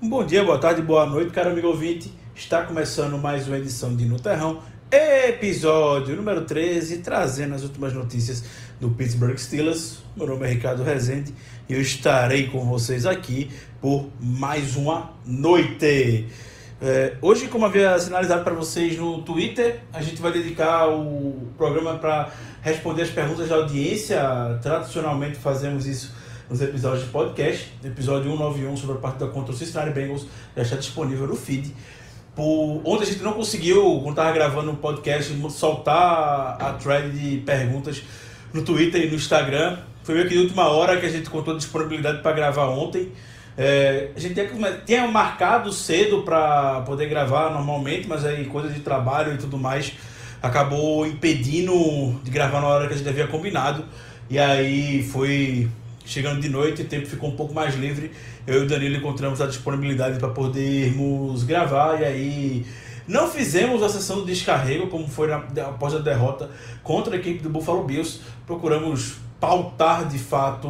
Bom dia, boa tarde, boa noite, caro amigo ouvinte. Está começando mais uma edição de No Terrão, episódio número 13, trazendo as últimas notícias do Pittsburgh Steelers. Meu nome é Ricardo Rezende e eu estarei com vocês aqui por mais uma noite. Hoje, como havia sinalizado para vocês no Twitter, a gente vai dedicar o programa para responder as perguntas da audiência. Tradicionalmente fazemos isso nos episódios de podcast. Episódio 191 sobre a partida contra o Cincinnati Bengals já está disponível no feed. Ontem a gente não conseguiu, quando estava gravando um podcast, soltar a thread de perguntas no Twitter e no Instagram. Foi meio que de última hora que a gente contou a disponibilidade para gravar ontem. A gente tinha marcado cedo para poder gravar normalmente, mas aí coisa de trabalho e tudo mais acabou impedindo de gravar na hora que a gente havia combinado. E aí foi chegando de noite, o tempo ficou um pouco mais livre. Eu e o Danilo encontramos a disponibilidade para podermos gravar. E aí não fizemos a sessão do descarrego, como foi após a derrota contra a equipe do Buffalo Bills. Procuramos pautar de fato,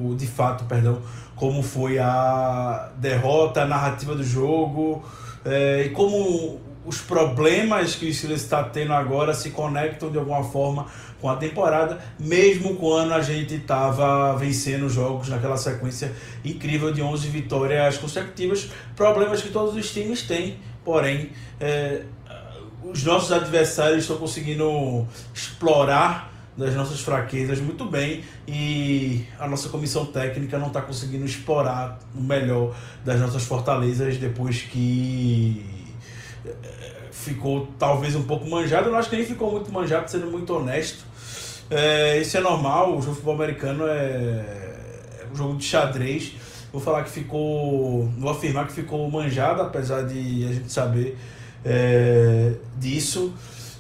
como foi a derrota, a narrativa do jogo, e como os problemas que o Steelers está tendo agora se conectam de alguma forma com a temporada, mesmo quando a gente estava vencendo jogos naquela sequência incrível de 11 vitórias consecutivas. Problemas que todos os times têm, porém os nossos adversários estão conseguindo explorar das nossas fraquezas muito bem, e a nossa comissão técnica não está conseguindo explorar o melhor das nossas fortalezas depois que ficou talvez um pouco manjado. Eu não acho que nem ficou muito manjado, sendo muito honesto. Isso é normal, o jogo de futebol americano é um jogo de xadrez. Vou afirmar que ficou manjado, apesar de a gente saber disso.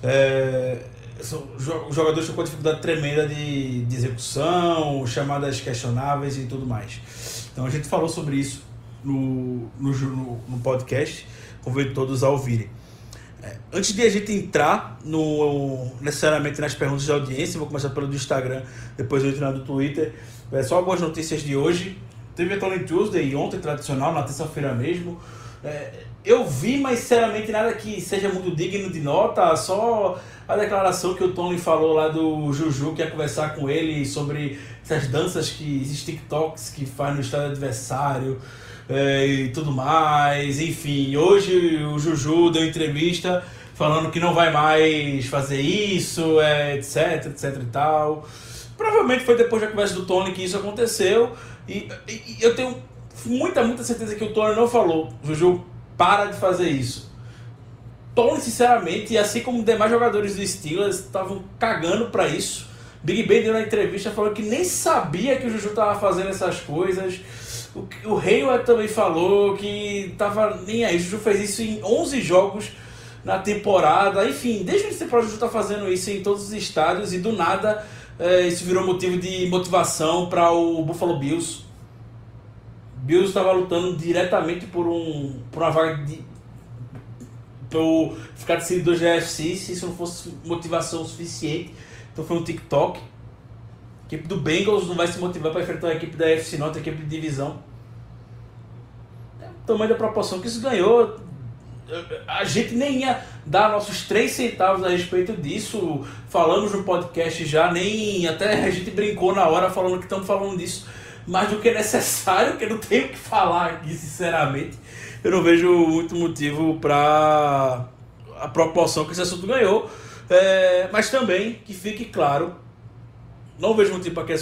Os jogadores estão com dificuldade tremenda de execução, chamadas questionáveis e tudo mais. Então a gente falou sobre isso no podcast, convido todos a ouvirem. Antes de a gente entrar necessariamente nas perguntas da audiência, vou começar pelo do Instagram, depois eu entro do Twitter. Só algumas notícias de hoje. Teve a Tony Tuesday ontem, tradicional, na terça-feira mesmo. Eu vi, mas sinceramente nada que seja muito digno de nota, só a declaração que o Tony falou lá do Juju, que ia conversar com ele sobre essas danças, esses TikToks que faz no estádio adversário e tudo mais. Enfim, hoje o Juju deu entrevista falando que não vai mais fazer isso, etc e tal. Provavelmente foi depois da conversa do Tony que isso aconteceu, e eu tenho muita certeza que o Tony não falou: Juju, para de fazer isso. Tony, sinceramente, assim como os demais jogadores do Steelers, estavam cagando para isso. Big Ben deu na entrevista falando que nem sabia que o Juju estava fazendo essas coisas. O Hayward também falou que tava nem aí. O Juju fez isso em 11 jogos na temporada. Enfim, desde que o Juju tá fazendo isso em todos os estádios, e do nada isso virou motivo de motivação para o Buffalo Bills. Bills estava lutando diretamente por uma vaga por ficar de seguidor da UFC, se isso não fosse motivação suficiente. Então foi um TikTok. A equipe do Bengals não vai se motivar para enfrentar a equipe da UFC Norte, a equipe de divisão. O tamanho da proporção que isso ganhou. A gente nem ia dar nossos 3 centavos a respeito disso. Falamos no podcast já, nem até a gente brincou na hora falando que estamos falando disso mais do que necessário, que eu não tenho o que falar aqui, sinceramente. Eu não vejo muito motivo para a proporção que esse assunto ganhou, mas também que fique claro, não vejo motivo para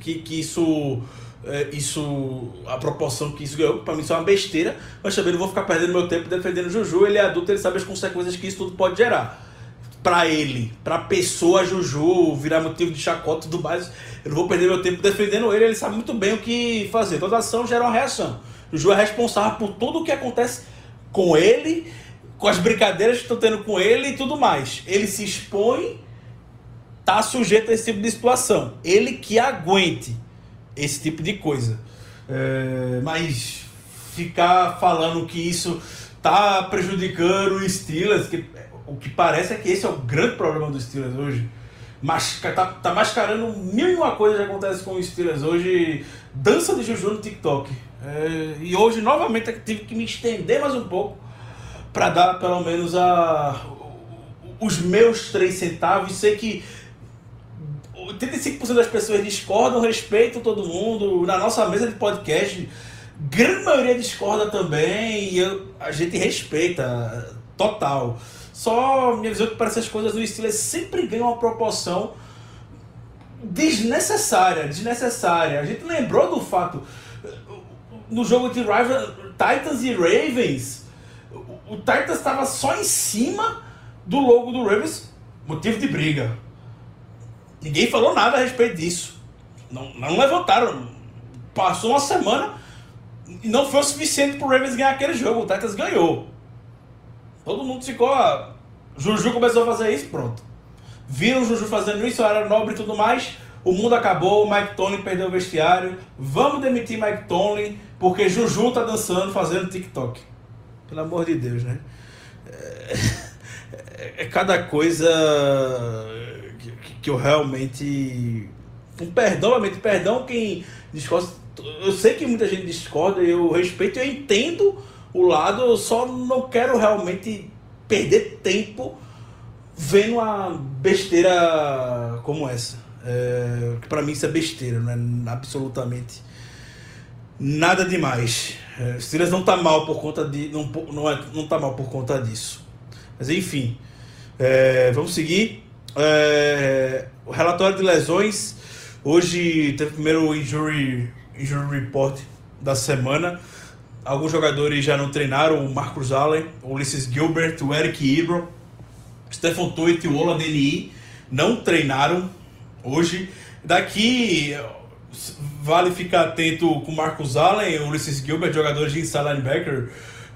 a proporção que isso ganhou. Para mim isso é uma besteira, mas também não vou ficar perdendo meu tempo defendendo o Juju. Ele é adulto, ele sabe as consequências que isso tudo pode gerar. Para ele, para a pessoa Juju virar motivo de chacota e tudo mais, eu não vou perder meu tempo defendendo ele. Ele sabe muito bem o que fazer. Toda ação gera uma reação. O Juju é responsável por tudo o que acontece com ele, com as brincadeiras que estão tendo com ele e tudo mais. Ele se expõe, tá sujeito a esse tipo de situação. Ele que aguente esse tipo de coisa. Mas ficar falando que isso tá prejudicando o Steelers, o que parece é que esse é o grande problema dos Steelers hoje. Mas tá mascarando mil e uma coisa que acontece com os Steelers hoje. Dança de Juju no TikTok. E hoje, novamente, eu tive que me estender mais um pouco para dar, pelo menos, os meus 3 centavos. Sei que 85% das pessoas discordam, respeitam todo mundo. Na nossa mesa de podcast, grande maioria discorda também, e a gente respeita, total. Só me avisou que para essas coisas o Steelers sempre ganha uma proporção desnecessária. A gente lembrou do fato, no jogo de Titans e Ravens, o Titans estava só em cima do logo do Ravens, motivo de briga. Ninguém falou nada a respeito disso. Não levantaram. Passou uma semana e não foi o suficiente para o Ravens ganhar aquele jogo. O Titans ganhou. Todo mundo ficou... Juju começou a fazer isso, pronto. Viram o Juju fazendo isso, era nobre e tudo mais. O mundo acabou, o Mike Tomlin perdeu o vestiário. Vamos demitir Mike Tomlin, porque Juju tá dançando, fazendo TikTok. Pelo amor de Deus, né? É cada coisa que eu realmente... Perdão quem discorda. Eu sei que muita gente discorda, eu respeito, eu entendo o lado, eu só não quero realmente perder tempo vendo uma besteira como essa. Que pra mim isso é besteira, não é absolutamente nada demais. Os Steelers não tá mal por conta de não tá mal por conta disso. Mas enfim, vamos seguir. O relatório de lesões. Hoje teve o primeiro injury report da semana. Alguns jogadores já não treinaram: o Marcus Allen, o Ulysses Gilbert, o Eric Ebron, Stephon Tuitt e o Ola Adeniyi não treinaram hoje. Daqui vale ficar atento com o Marcus Allen, o Ulysses Gilbert, jogadores de inside linebacker.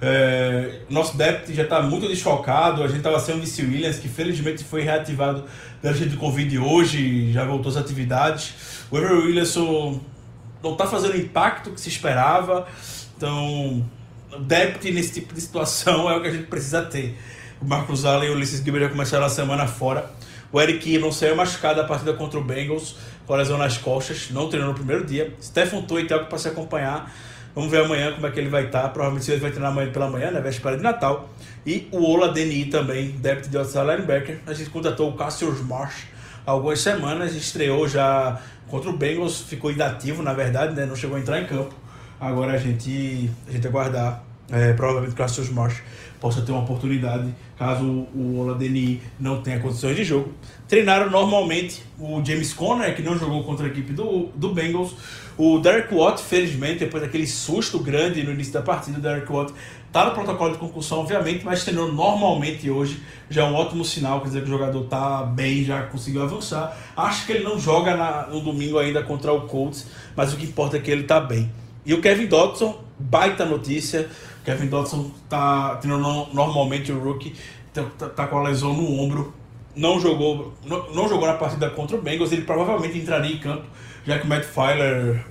Nosso depth já está muito desfocado. A gente estava sem o Vince Williams, que felizmente foi reativado da lista de Covid hoje, já voltou às atividades. O Avery Williamson não está fazendo o impacto que se esperava. Então, o depth nesse tipo de situação é o que a gente precisa ter. O Marcus Allen e o Ulysses Gilbert já começaram a semana fora. O Eric não saiu machucado da partida contra o Bengals, com a lesão nas costas, não treinou no primeiro dia. Stephon Tuitt é algo para se acompanhar. Vamos ver amanhã como é que ele vai estar. Provavelmente ele vai treinar amanhã pela manhã, né? Véspera de Natal. E o Ola Adeniyi também, depth de outside linebacker. A gente contratou o Cassius Marsh há algumas semanas. Estreou já contra o Bengals, ficou inativo, na verdade, né? Não chegou a entrar em campo. Agora a gente aguardar. Provavelmente o Cassius Marsh possa ter uma oportunidade, caso o Ola Adeniyi não tenha condições de jogo. Treinaram normalmente o James Conner, que não jogou contra a equipe do Bengals. O Derek Watt, felizmente, depois daquele susto grande no início da partida, o Derek Watt está no protocolo de concussão, obviamente, mas treinou normalmente hoje. Já é um ótimo sinal, quer dizer que o jogador está bem, já conseguiu avançar. Acho que ele não joga no domingo ainda contra o Colts, mas o que importa é que ele está bem. E o Kevin Dotson, baita notícia. Kevin Dotson tá treinando normalmente, o rookie, tá com a lesão no ombro. Não jogou na partida contra o Bengals. Ele provavelmente entraria em campo, já que o Matt Feiler,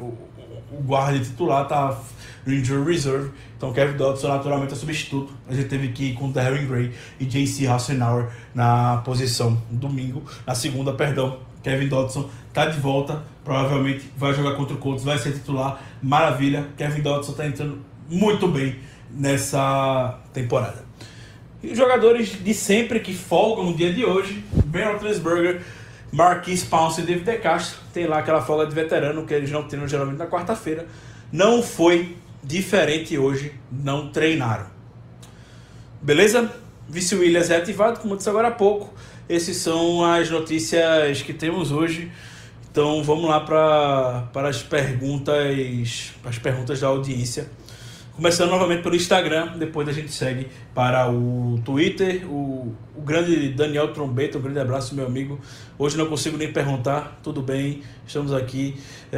o guarda titular, tá no injury reserve. Então Kevin Dotson naturalmente é substituto. A gente teve que ir com Darren Gray e J.C. Hassenauer na posição na segunda. Kevin Dotson tá de volta, provavelmente vai jogar contra o Colts, vai ser titular. Maravilha, Kevin Dotson tá entrando muito bem nessa temporada. E os jogadores de sempre que folgam no dia de hoje: Ben Roethlisberger, Marquise Pouncey e David DeCastro. Tem lá aquela folga de veterano que eles não treinam geralmente na quarta-feira. Não foi diferente hoje, não treinaram. Beleza? Vince Williams é ativado, como eu disse agora há pouco. Essas são as notícias que temos hoje. Então vamos lá para as perguntas da audiência. Começando novamente pelo Instagram, depois a gente segue para o Twitter. O grande Daniel Trombeta, um grande abraço, meu amigo. Hoje não consigo nem perguntar, tudo bem, estamos aqui.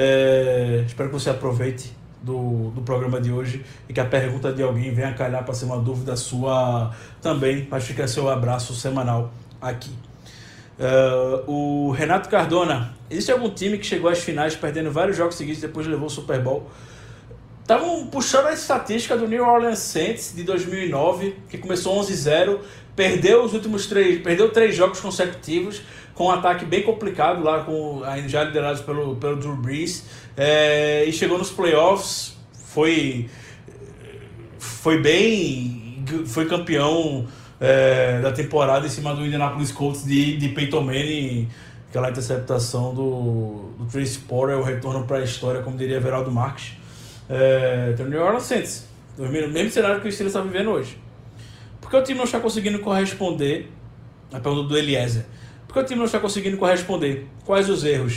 Espero que você aproveite do programa de hoje e que a pergunta de alguém venha calhar para ser uma dúvida sua também, mas fica seu abraço semanal aqui. O Renato Cardona: existe algum time que chegou às finais perdendo vários jogos seguidos e depois levou o Super Bowl? Estavam puxando a estatística do New Orleans Saints de 2009, que começou 11-0, perdeu 3 jogos consecutivos, com um ataque bem complicado lá, já liderados pelo Drew Brees, e chegou nos playoffs, foi bem, foi campeão da temporada em cima do Indianapolis Colts de Peyton Manning, aquela interceptação do Trace Porter, o retorno para a história, como diria Everaldo Marques. Tem o New Orleans Saints, mesmo cenário que o Steelers está vivendo hoje. Por que o time não está conseguindo corresponder? A pergunta do Eliezer. Por que o time não está conseguindo corresponder? Quais os erros?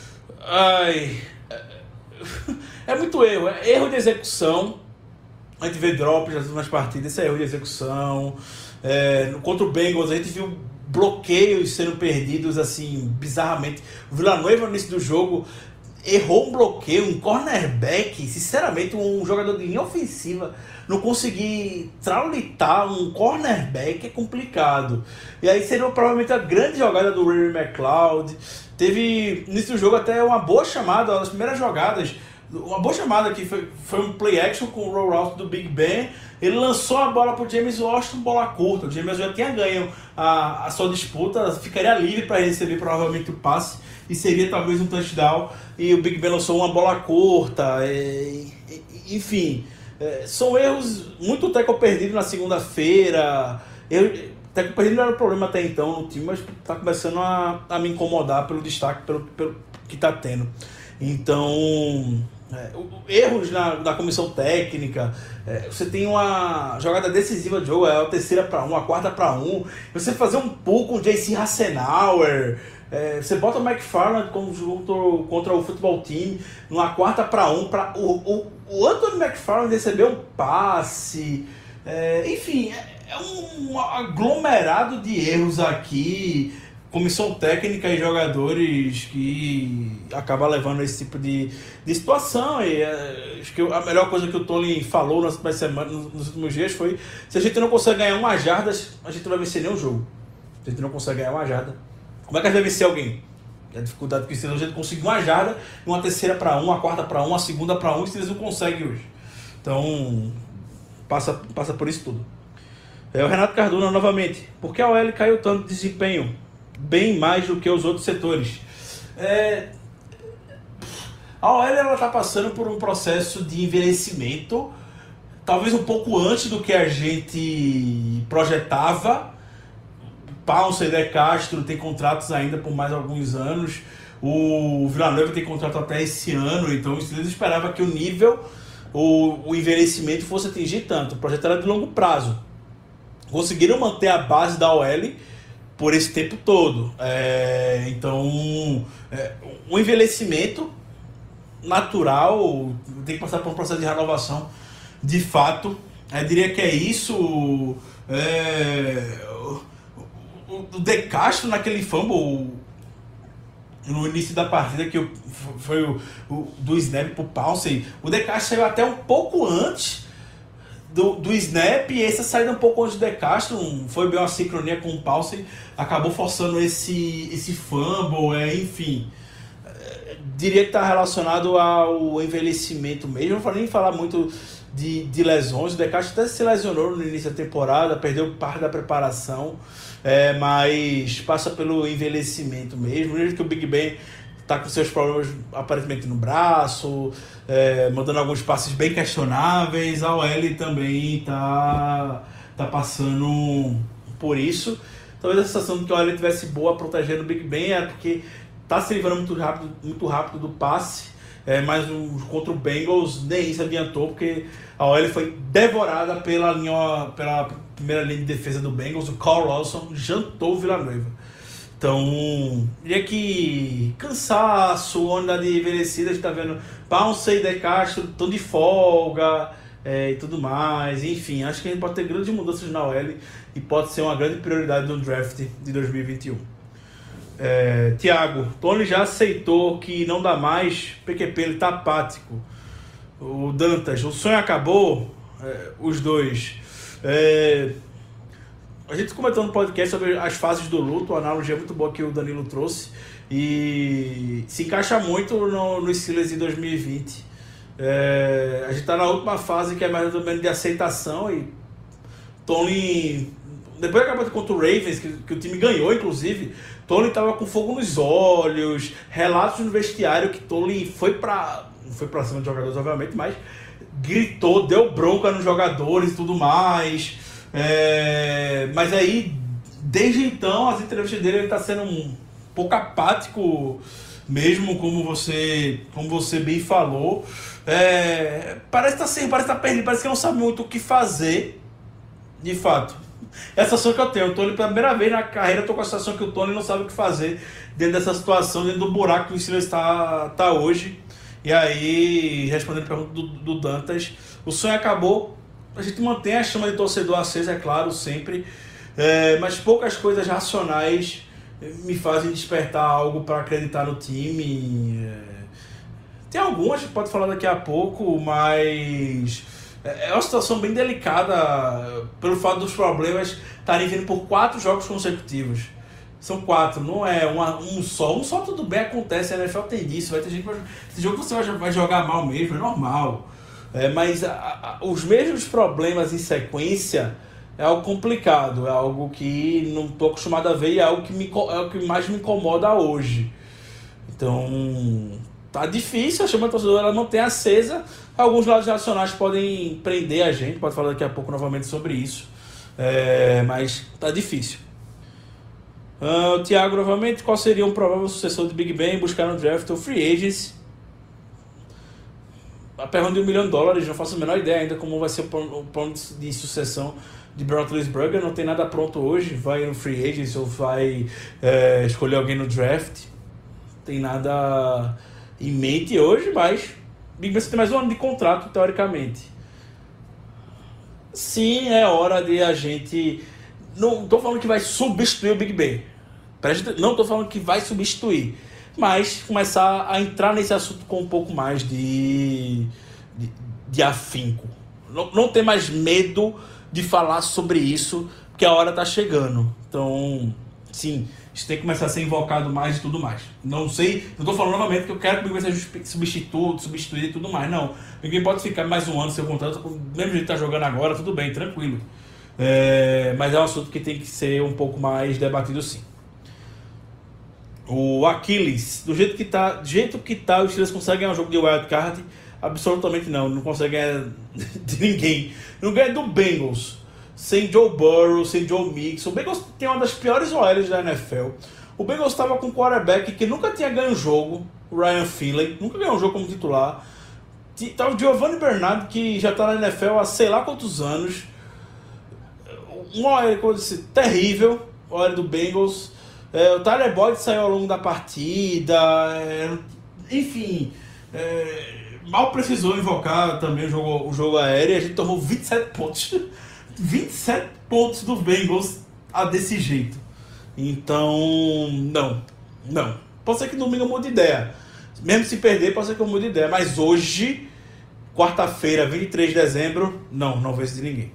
É muito erro. É erro de execução. A gente vê drops nas partidas, esse é erro de execução. Contra o Bengals, a gente viu bloqueios sendo perdidos assim, bizarramente. O Villanueva, no início do jogo, errou um bloqueio, um cornerback. Sinceramente, um jogador de linha ofensiva não conseguir traulitar um cornerback é complicado. E aí seria provavelmente a grande jogada do Ray McLeod. Teve, no início do jogo, até uma boa chamada, uma das primeiras jogadas. Uma boa chamada aqui foi um play action com o roll out do Big Ben. Ele lançou a bola para o James Washington, bola curta. O James já tinha ganho a sua disputa, ficaria livre para receber provavelmente o passe e seria talvez um touchdown. E o Big Ben lançou uma bola curta. Enfim, são erros. Muito tackle perdido na segunda-feira. Tackle perdido não era o problema até então no time, mas está começando a me incomodar pelo destaque pelo que está tendo. Então, erros na comissão técnica. Você tem uma jogada decisiva de jogo, a terceira para 1, a quarta para 1. Você fazer um pull com o J.C. Hassenauer. Você bota o McFarland contra o futebol team numa quarta para 1. O Anthony McFarland recebeu um passe. Enfim, é um aglomerado de erros aqui. Comissão técnica e jogadores que acaba levando esse tipo de situação. E acho que a melhor coisa que o Tony falou nas últimas semanas, nos últimos dias foi: se a gente não consegue ganhar uma jarda, a gente não vai vencer nenhum jogo. Se a gente não consegue ganhar uma jarda, como é que a gente vai vencer alguém? A dificuldade que se a gente conseguir uma jarda, uma terceira para 1, uma quarta para 1, uma segunda para 1, e eles não conseguem hoje. Então, passa por isso tudo. O Renato Cardona novamente: por que a OL caiu tanto de desempenho? Bem mais do que os outros setores. A OL está passando por um processo de envelhecimento, talvez um pouco antes do que a gente projetava. Pouncey e De Castro tem contratos ainda por mais alguns anos. O Villanueva tem contrato até esse ano, então eles esperavam que o nível, o envelhecimento fosse atingir tanto. O projeto era de longo prazo. Conseguiram manter a base da OL por esse tempo todo. Então, o envelhecimento natural tem que passar por um processo de renovação. De fato, eu diria que é isso. O De Castro naquele fumble no início da partida, que foi do snap pro Pouncey, o De Castro saiu até um pouco antes do snap, e essa saída um pouco antes do De Castro, foi bem uma sincronia com o Pouncey, acabou forçando esse fumble, enfim. Diria que está relacionado ao envelhecimento mesmo. Não vou nem falar muito de lesões. O De Castro até se lesionou no início da temporada, perdeu parte da preparação, mas passa pelo envelhecimento mesmo. Mesmo que o Big Ben está com seus problemas aparentemente no braço, mandando alguns passes bem questionáveis, a OL também tá passando por isso. Talvez a sensação de que a OL tivesse boa protegendo o Big Ben era porque está se livrando muito rápido do passe, mas contra o Bengals nem isso adiantou, porque a OL foi devorada pela primeira linha de defesa do Bengals. O Carl Lawson jantou o Villanueva. Então, diria que cansaço, unidade envelhecida, a gente tá vendo Pouncey e De Castro estão de folga e tudo mais. Enfim, acho que a gente pode ter grandes mudanças na OL e pode ser uma grande prioridade no draft de 2021. Thiago, Tony já aceitou que não dá mais, PQP, ele tá apático. O Dantas, o sonho acabou? Os dois. A gente comentou no podcast sobre as fases do luto, a analogia muito boa que o Danilo trouxe, e se encaixa muito no Steelers de 2020. A gente está na última fase, que é mais ou menos de aceitação, e Tony, depois acabou contra o Ravens, que o time ganhou, inclusive, Tony estava com fogo nos olhos, relatos no vestiário que Tony não foi para cima de jogadores, obviamente, mas gritou, deu bronca nos jogadores e tudo mais. Mas aí, desde então, as entrevistas dele, ele tá sendo um pouco apático mesmo, como você bem falou. Parece estar perdido, parece que não sabe muito o que fazer, de fato. Essa sensação que eu tenho, o Tony, pela primeira vez na carreira, eu tô com a sensação que o Tony não sabe o que fazer dentro dessa situação, dentro do buraco que o Steelers está hoje. E aí, respondendo a pergunta do Dantas, o sonho acabou. A gente mantém a chama de torcedor acesa, é claro, sempre. Mas poucas coisas racionais me fazem despertar algo para acreditar no time. Tem algumas que pode falar daqui a pouco, mas é uma situação bem delicada pelo fato dos problemas estarem vindo por 4 jogos consecutivos. São 4, não é um só. Um só tudo bem, acontece, a NFL tem disso. Vai ter gente que esse jogo você vai jogar mal mesmo, é normal. Mas os mesmos problemas em sequência é algo complicado, é algo que não estou acostumado a ver e é algo que mais me incomoda hoje. Então, tá difícil, a chama torcedora ela não tem acesa. Alguns lados nacionais podem prender a gente, pode falar daqui a pouco novamente sobre isso. Mas tá difícil. O Thiago novamente, qual seria um provável sucessor de Big Ben? Buscar no draft ou free agents? A pergunta de $1 milhão, não faço a menor ideia ainda como vai ser o plano de sucessão de Ben Roethlisberger. Não tem nada pronto hoje, vai no free agents ou vai escolher alguém no draft. Não tem nada em mente hoje, mas Big Ben tem mais um ano de contrato, teoricamente. Sim, é hora de a gente... Não estou falando que vai substituir o Big Ben. Não estou falando que vai substituir. Mas começar a entrar nesse assunto com um pouco mais de afinco. Não ter mais medo de falar sobre isso, porque a hora está chegando. Então, sim, isso tem que começar a ser invocado mais e tudo mais. Não sei, não estou falando novamente que eu quero que o Big Ben seja substituído e tudo mais. Não, ninguém pode ficar mais um ano seu contrato, do mesmo jeito que está jogando agora, tudo bem, tranquilo. Mas é um assunto que tem que ser um pouco mais debatido, sim. O Aquiles, do jeito que tá, os Steelers conseguem ganhar um jogo de wild card? Absolutamente não consegue ganhar de ninguém. Não ganha do Bengals, sem Joe Burrow, sem Joe Mixon. O Bengals tem uma das piores OLs da NFL. O Bengals estava com um quarterback que nunca tinha ganho um jogo, o Ryan Finley, nunca ganhou um jogo como titular. Tava o Giovanni Bernard, que já está na NFL há sei lá quantos anos. Uma OL, como eu disse, terrível, a OL do Bengals. O Tyler Boyd saiu ao longo da partida, enfim, mal precisou invocar também o jogo aéreo. A gente tomou 27 pontos 27 pontos do Bengals desse jeito. Então, não. Pode ser que domingo eu mude de ideia, mesmo se perder pode ser que eu mude de ideia, mas hoje, quarta-feira, 23 de dezembro, não vejo de ninguém.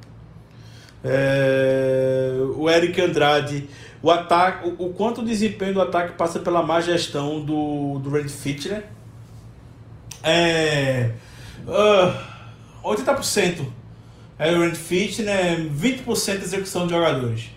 O Eric Andrade, o ataque, o quanto o desempenho do ataque passa pela má gestão do Randy Fichtner? 80% é o Randy Fichtner, 20% execução de jogadores.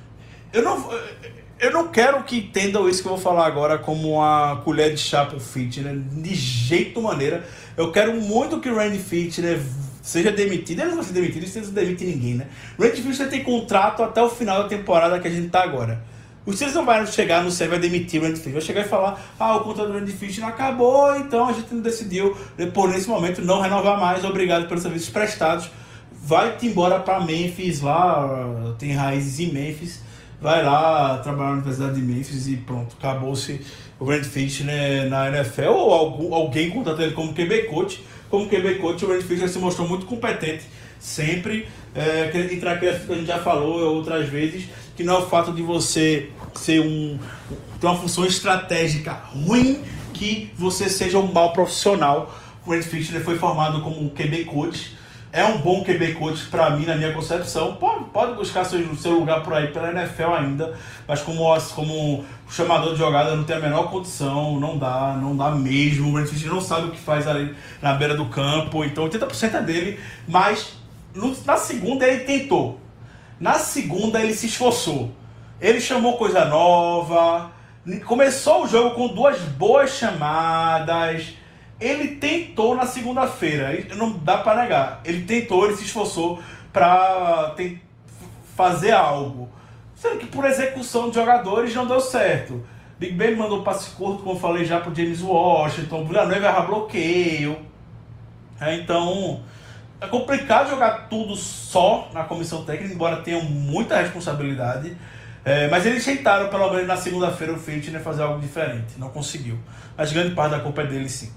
Eu não quero que entendam isso que eu vou falar agora como uma colher de chá pro Fichtner, de jeito maneira. Eu quero muito que o Randy Fichtner seja demitido. Ele não vai ser demitido, ele não demite ninguém, né? O Randy Fichtner tem contrato até o final da temporada que a gente tá agora. Os Steelers não vai chegar no céu e vai demitir o Randy Fichtner. Vai chegar e falar, o contrato do Randy Fichtner acabou, então a gente não decidiu, por nesse momento, não renovar mais, obrigado pelos serviços prestados. Vai-te embora para Memphis, lá tem raízes em Memphis. Vai lá trabalhar na Universidade de Memphis e pronto, acabou-se o Randy Fichtner na NFL, ou alguém contrata ele como QB coach. Como QB coach, o Randy Fichtner se mostrou muito competente, sempre, entrar aquele que a gente já falou outras vezes, que não é o fato de você ter uma função estratégica ruim, que você seja um mau profissional. O Randy Fichtner foi formado como QB coach, é um bom QB coach para mim, na minha concepção. Pode buscar seu lugar por aí pela NFL ainda, mas como chamador de jogada não tem a menor condição, não dá mesmo. O Randy Fichtner não sabe o que faz ali na beira do campo, então 80% é dele, mas na segunda ele tentou. Na segunda ele se esforçou. Ele chamou coisa nova, começou o jogo com 2 boas chamadas. ele tentou na segunda-feira, não dá para negar. Ele tentou, ele se esforçou para fazer algo. Sendo que por execução de jogadores não deu certo. Big Ben mandou passe curto, como eu falei já, para James Washington. Villanueva erra bloqueio. Então, é complicado jogar tudo só na comissão técnica, embora tenha muita responsabilidade. Mas eles tentaram, pelo menos na segunda-feira, o Fitner fazer algo diferente. Não conseguiu. Mas grande parte da culpa é dele, sim.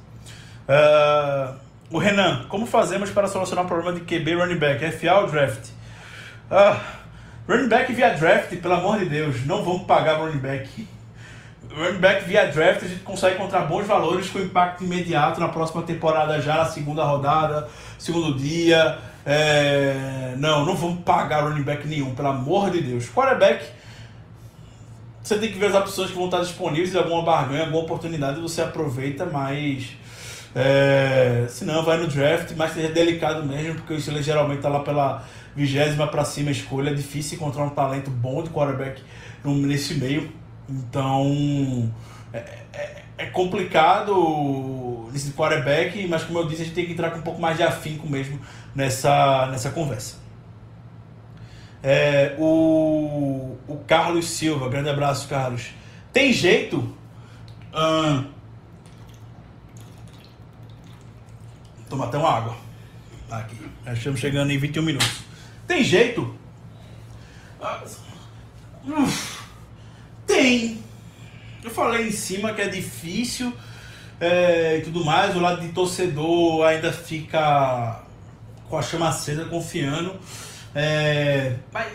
O Renan, como fazemos para solucionar o problema de QB running back? FA ou draft? Running back via draft, pelo amor de Deus, não vamos pagar running back. Running back via draft, a gente consegue encontrar bons valores com impacto imediato na próxima temporada, já na segunda rodada, segundo dia. Não vamos pagar running back nenhum, pelo amor de Deus. Quarterback, você tem que ver as opções que vão estar disponíveis, alguma barganha, alguma oportunidade, você aproveita, mas se não, vai no draft, mas seja delicado mesmo, porque o Steelers geralmente está lá pela 20ª para cima escolha. É difícil encontrar um talento bom de quarterback nesse meio. Então é complicado esse quarterback, mas como eu disse, a gente tem que entrar com um pouco mais de afinco mesmo nessa conversa. O Carlos Silva, grande abraço, Carlos. Tem jeito? Toma até uma água aqui, já estamos chegando em 21 minutos. Tem jeito? Tem. Eu falei em cima que é difícil e tudo mais. O lado de torcedor ainda fica com a chama acesa, confiando. Mas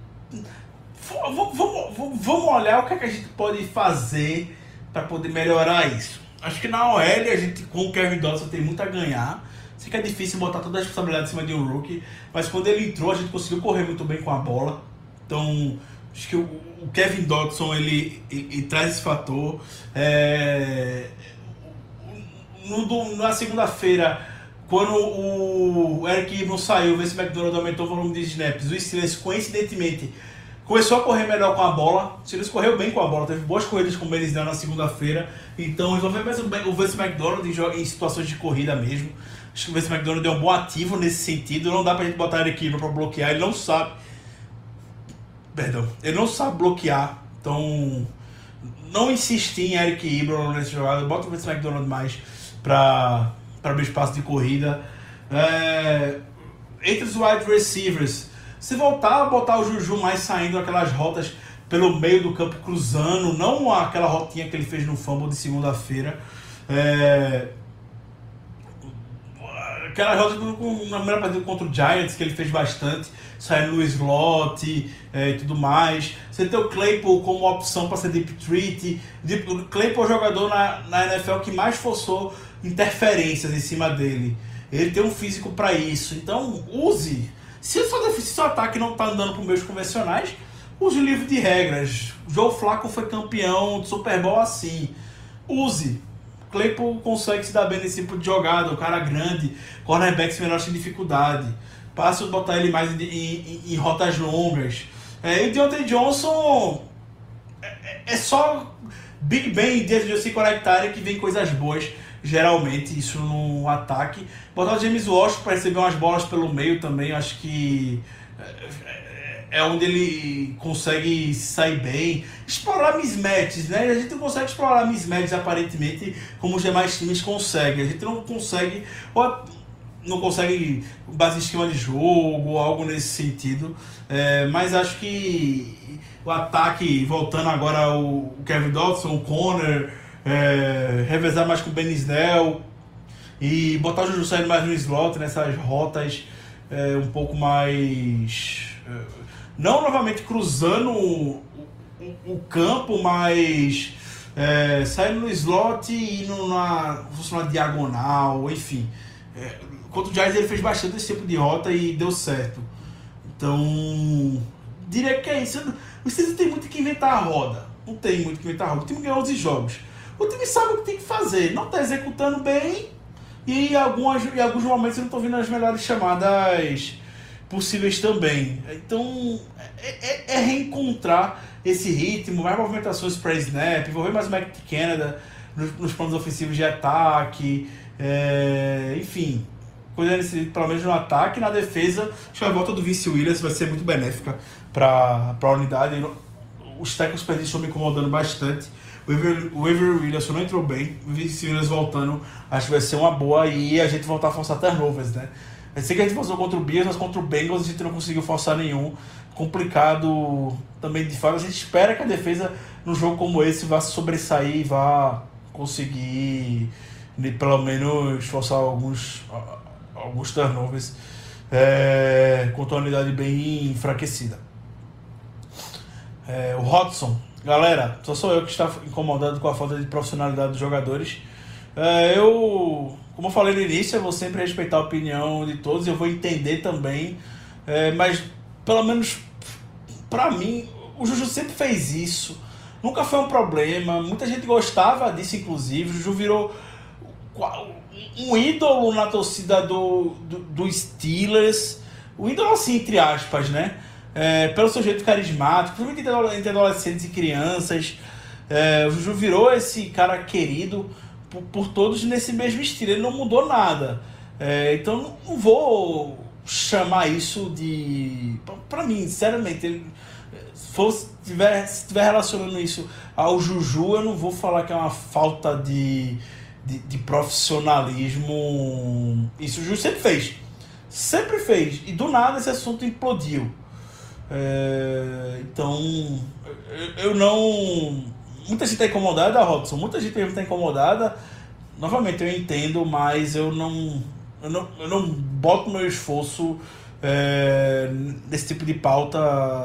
vamos olhar o que a gente pode fazer para poder melhorar isso. Acho que na OL a gente, com o Kevin Dodson, tem muito a ganhar. Sei que é difícil botar toda a responsabilidade em cima de um rookie, mas quando ele entrou a gente conseguiu correr muito bem com a bola. Então acho que o Kevin Dodson ele traz esse fator. Na segunda-feira, quando o Eric Ibram saiu, o Vince McDonald aumentou o volume de snaps, o Steelers coincidentemente começou a correr melhor com a bola. O Steelers correu bem com a bola, teve boas corridas com o eles deram na segunda-feira. Então resolveu mais o Vince McDonald em situações de corrida mesmo. Acho que o Vince McDonald deu um bom ativo nesse sentido. Não dá pra gente botar o Eric Ibram pra bloquear, ele não sabe. Ele não sabe bloquear. Então não insistir em Eric Ibram nessa jogada. Bota o Vince McDonald mais para abrir espaço de corrida. Entre os wide receivers, se voltar a botar o Juju mais saindo aquelas rotas pelo meio do campo, cruzando, não aquela rotinha que ele fez no fumble de segunda-feira. Aquela rota na primeira partida contra o Giants, que ele fez bastante, saindo no slot e tudo mais. Você tem o Claypool como opção para ser deep treat. O Claypool é o jogador na NFL que mais forçou interferências em cima dele. Ele tem um físico para isso. Então, use. Se o seu ataque não está andando por meios convencionais, use o livro de regras. Joe Flacco foi campeão de Super Bowl assim. Use. Claypool consegue se dar bem nesse tipo de jogada, o cara grande, cornerbacks menores sem dificuldade. Passa a botar ele mais em rotas longas. E o Deontay Johnson é só Big Ben e dias de se conectarem que vem coisas boas, geralmente, isso no ataque. Botar o James Washington para receber umas bolas pelo meio também, acho que é onde ele consegue sair bem. Explorar mismatches, né? A gente não consegue explorar mismatches aparentemente como os demais times conseguem. A gente não consegue base em esquema de jogo ou algo nesse sentido. Mas acho que o ataque, voltando agora o Kevin Dodson, o Conner, revezar mais com o Ben Snell e botar o Juju saindo mais no slot, nessas rotas um pouco mais... não novamente cruzando o campo, mas saindo no slot e indo na diagonal, enfim. Contra o Giants ele fez bastante esse tipo de rota e deu certo. Então, diria que é isso. O Steelers tem muito que inventar a roda. Não tem muito que inventar a roda. O time ganhou 11 jogos. O time sabe o que tem que fazer. Não está executando bem e em alguns momentos eu não estou vindo as melhores chamadas possíveis também. Então é reencontrar esse ritmo, mais movimentações para snap, envolver mais o Matt Canada nos planos ofensivos de ataque, Enfim, coisa nesse, pelo menos no ataque. Na defesa, acho que a volta do Vince Williams vai ser muito benéfica para a unidade. Os tackles perdidos estão me incomodando bastante. O Avery Williamson não entrou bem. O Vince Williams voltando, acho que vai ser uma boa. E a gente voltar a forçar turnovers, né? Eu sei que a gente forçou contra o Bills, mas contra o Bengals a gente não conseguiu forçar nenhum. Complicado também de fato. A gente espera que a defesa, num jogo como esse, vá se sobressair e vá conseguir, pelo menos, forçar alguns turnovers contra uma unidade bem enfraquecida. O Hodgson, galera, só sou eu que está incomodado com a falta de profissionalidade dos jogadores. Como eu falei no início, eu vou sempre respeitar a opinião de todos, eu vou entender também, mas pelo menos pra mim, o Juju sempre fez isso, nunca foi um problema, muita gente gostava disso, inclusive. O Juju virou um ídolo na torcida do Steelers, um ídolo assim, entre aspas, né? Pelo seu jeito carismático, principalmente entre adolescentes e crianças. O Juju virou esse cara querido por todos nesse mesmo estilo, ele não mudou nada. Então não vou chamar isso de... Pra mim, sinceramente, se estiver relacionando isso ao Juju, eu não vou falar que é uma falta de profissionalismo. Isso o Juju sempre fez, e do nada esse assunto implodiu. Então eu não... Muita gente está incomodada, Robson, muita gente está incomodada. Novamente, eu entendo, mas eu não boto meu esforço nesse tipo de pauta.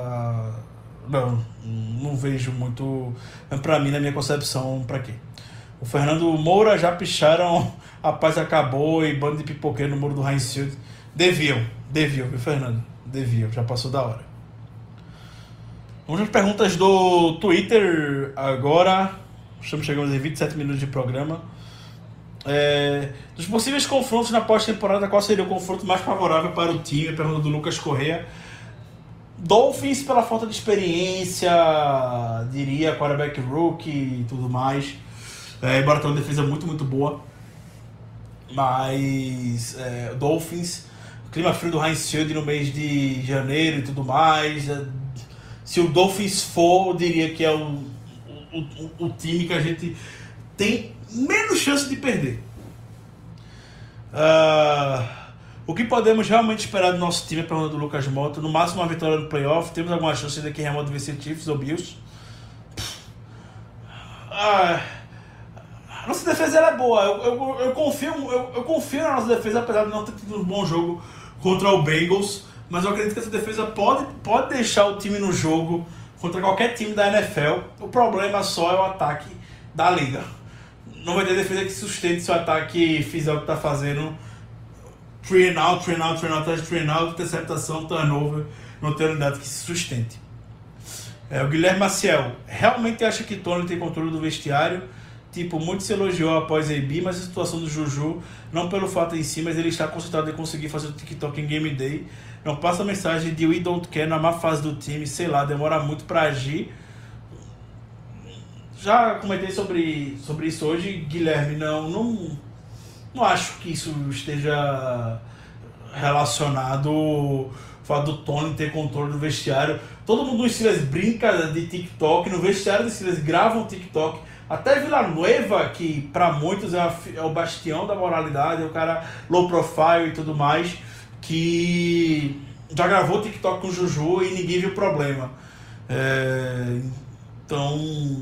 Não vejo muito, pra mim, na minha concepção, pra quê? O Fernando Moura, já picharam, a paz acabou e bando de pipoqueiro no muro do Heinz Field. Deviam, viu, Fernando? Deviam, já passou da hora. Vamos às perguntas do Twitter agora. Estamos chegando em 27 minutos de programa. Dos possíveis confrontos na pós-temporada, qual seria o confronto mais favorável para o time? A pergunta do Lucas Correia. Dolphins pela falta de experiência, diria, quarterback rookie e tudo mais. Embora tenha uma defesa muito, muito boa. Mas Dolphins, clima frio do Heinz Field no mês de janeiro e tudo mais. Se o Dolphins for, eu diria que é o time que a gente tem menos chance de perder. O que podemos realmente esperar do nosso time, pergunta do Lucas Mota? No máximo uma vitória no playoff. Temos alguma chance daqui remoto de vencer Chiefs ou Bills? A nossa defesa ela é boa. Eu confio na nossa defesa, apesar de não ter tido um bom jogo contra o Bengals. Mas eu acredito que essa defesa pode deixar o time no jogo contra qualquer time da NFL. O problema só é o ataque da liga. Não vai ter defesa que sustente se o ataque fizer o que está fazendo. 3 and out, interceptação, turnover. Não tem unidade que se sustente. O Guilherme Maciel. Realmente acha que Tony tem controle do vestiário? Tipo, muito se elogiou após a AB, mas a situação do Juju, não pelo fato em si, mas ele está concentrado em conseguir fazer o TikTok em Game Day. Não passa a mensagem de we don't care na má fase do time, sei lá, demora muito para agir. Já comentei sobre isso hoje, Guilherme, não acho que isso esteja relacionado ao fato do Tony ter controle do vestiário. Todo mundo no Steelers brinca de TikTok, no vestiário do Steelers gravam TikTok. Até Villanueva, que para muitos é o bastião da moralidade, é o cara low profile e tudo mais, que já gravou TikTok com o Juju e ninguém viu problema. Então,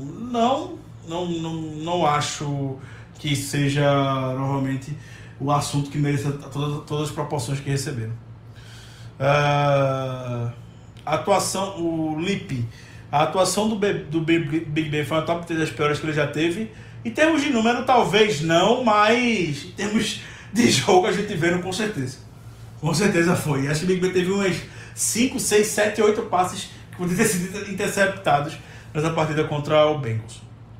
não acho que seja novamente o assunto que mereça todas as proporções que receberam. A atuação, o Lipe. A atuação do Big Ben foi uma top 3 das piores que ele já teve. Em termos de número, talvez não, mas em termos de jogo a gente vendo com certeza. Com certeza foi. Acho que o Big Ben teve umas 5, 6, 7, 8 passes que poderiam ter sido interceptados nessa partida contra o Bengals.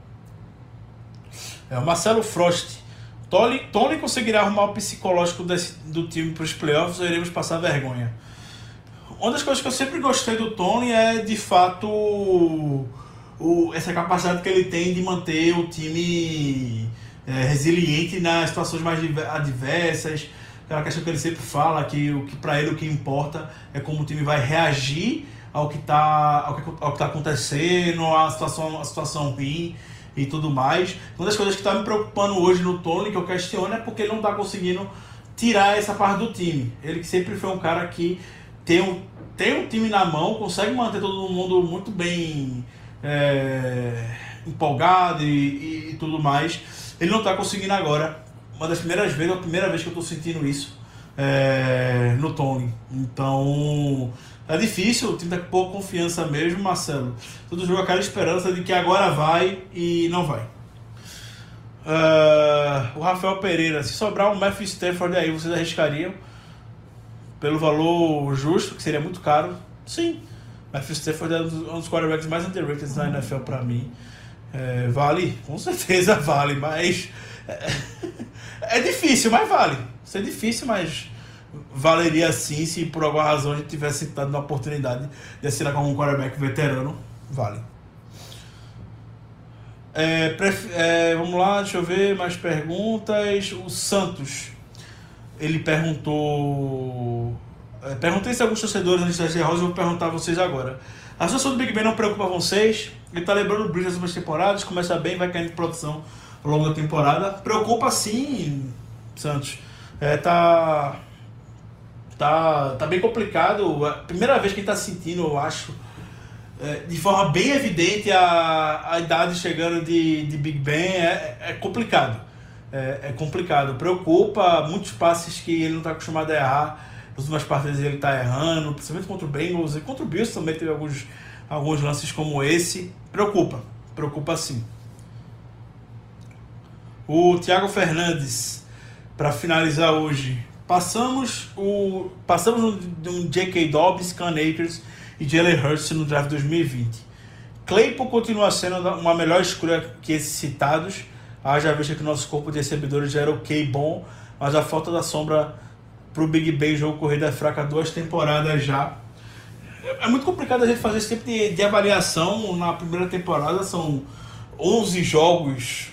O Marcelo Frost. Tony conseguirá arrumar o psicológico do time para os playoffs ou iremos passar vergonha? Uma das coisas que eu sempre gostei do Tony é, de fato, essa capacidade que ele tem de manter o time resiliente nas situações mais adversas. Aquela questão que ele sempre fala, que para ele o que importa é como o time vai reagir ao que está acontecendo, a situação ruim e tudo mais. Uma das coisas que está me preocupando hoje no Tony, que eu questiono, é porque ele não está conseguindo tirar essa parte do time. Ele que sempre foi um cara que tem um time na mão, consegue manter todo mundo muito bem empolgado e tudo mais. Ele não está conseguindo agora. Uma das primeiras vezes, a primeira vez que eu estou sentindo isso no Tony. Então, é difícil, o time tá com pouca confiança mesmo, Marcelo. Todo jogo aquela esperança de que agora vai e não vai. O Rafael Pereira, se sobrar um Matthew Stafford aí, vocês arriscariam? Pelo valor justo, que seria muito caro? Sim. Matthew Stafford é um dos quarterbacks mais underrated na NFL para mim. Vale? Com certeza vale, mas... É difícil, mas vale. Isso é difícil, mas valeria sim se por alguma razão a gente tivesse dado uma oportunidade de assinar como um quarterback veterano. Vale. Vamos lá, deixa eu ver mais perguntas. O Santos, ele perguntou... perguntei se alguns torcedores antes da Rosa, eu vou perguntar a vocês agora. A situação do Big Ben não preocupa vocês? Ele tá lembrando o Breeze das últimas temporadas, começa bem, vai caindo de produção ao longo da temporada. Preocupa sim, Santos. Tá bem complicado. A primeira vez que ele tá sentindo, eu acho, de forma bem evidente a idade chegando de Big Ben. É complicado. É complicado. Preocupa muitos passes que ele não está acostumado a errar. Nas últimas partidas ele está errando, principalmente contra o Bengals e contra o Bills também teve alguns lances como esse. Preocupa sim. O Thiago Fernandes, para finalizar hoje, passamos no J.K. Dobbins, Cam Akers e Jalen Hurts no draft 2020. Claypool continua sendo uma melhor escolha que esses citados, haja vista que o nosso corpo de recebedores já era bom, mas a falta da sombra para o Big Ben, jogo corrida fraca, 2 temporadas já. É muito complicado a gente fazer esse tipo de avaliação na primeira temporada. São 11 jogos,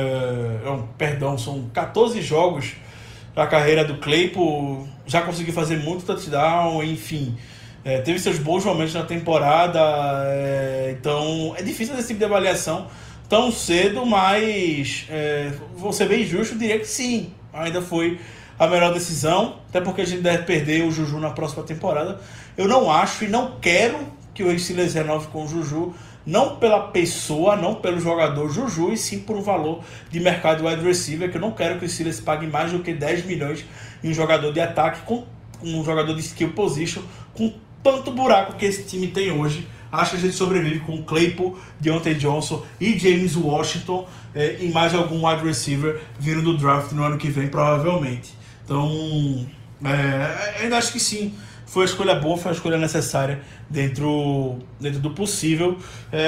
são 14 jogos da carreira do Claypool. Já conseguiu fazer muito touchdown, enfim. Teve seus bons momentos na temporada, então é difícil fazer esse tipo de avaliação tão cedo, mas vou ser bem justo, diria que sim, ainda foi a melhor decisão, até porque a gente deve perder o Juju na próxima temporada. Eu não acho e não quero que o Steelers renove com o Juju, não pela pessoa, não pelo jogador Juju, e sim por um valor de mercado de wide receiver, que eu não quero que o Steelers pague mais do que 10 milhões em um jogador de ataque, com um jogador de skill position, com tanto buraco que esse time tem hoje. Acho que a gente sobrevive com Claypool, Deontay Johnson e James Washington, e mais algum wide receiver vindo do draft no ano que vem, provavelmente. Então, ainda acho que sim, foi a escolha boa, foi a escolha necessária dentro do possível.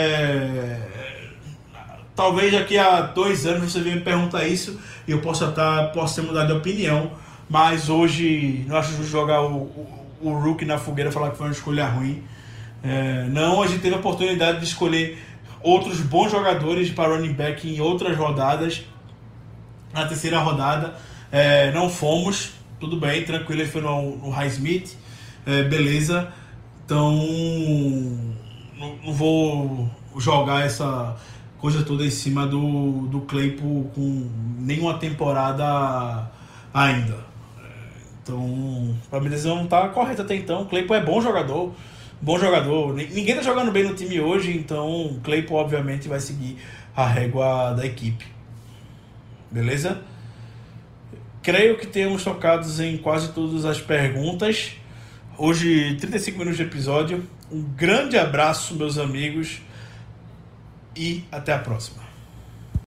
Talvez daqui a 2 anos você venha me perguntar isso e eu possa ter mudado de opinião, mas hoje não acho justo jogar o rookie na fogueira e falar que foi uma escolha ruim. Não, a gente teve a oportunidade de escolher outros bons jogadores para running back em outras rodadas. Na terceira rodada não fomos, tudo bem, tranquilo, ele foi no Highsmith, beleza. Então não vou jogar essa coisa toda em cima do Claypool com nenhuma temporada ainda. Então a minha decisão não está correta até então. O Claypool é bom jogador. Ninguém tá jogando bem no time hoje, então o Claypool obviamente vai seguir a régua da equipe. Beleza? Creio que temos tocados em quase todas as perguntas. Hoje, 35 minutos de episódio. Um grande abraço, meus amigos, e até a próxima.